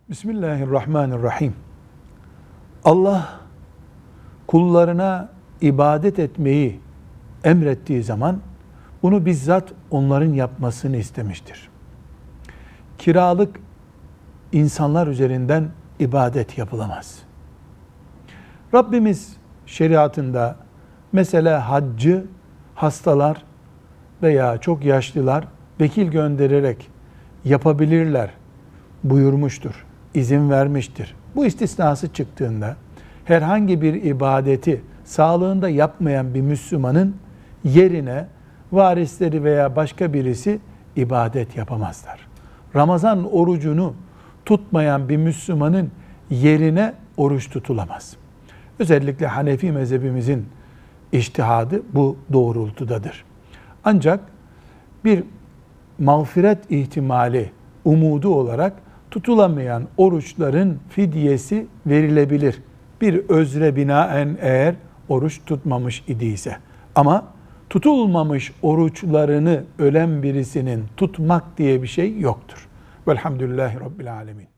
Bismillahirrahmanirrahim. Allah kullarına ibadet etmeyi emrettiği zaman bunu bizzat onların yapmasını istemiştir. Kiralık insanlar üzerinden ibadet yapılamaz. Rabbimiz şeriatında mesela haccı hastalar veya çok yaşlılar vekil göndererek yapabilirler buyurmuştur, izin vermiştir. Bu istisnası çıktığında herhangi bir ibadeti sağlığında yapmayan bir Müslümanın yerine varisleri veya başka birisi ibadet yapamazlar. Ramazan orucunu tutmayan bir Müslümanın yerine oruç tutulamaz. Özellikle Hanefi mezhebimizin içtihadı bu doğrultudadır. Ancak bir mağfiret ihtimali umudu olarak tutulamayan oruçların fidyesi verilebilir. Bir özre binaen eğer oruç tutmamış idiyse. Ama tutulmamış oruçlarını ölen birisinin tutmak diye bir şey yoktur. Velhamdülillahi Rabbil Alemin.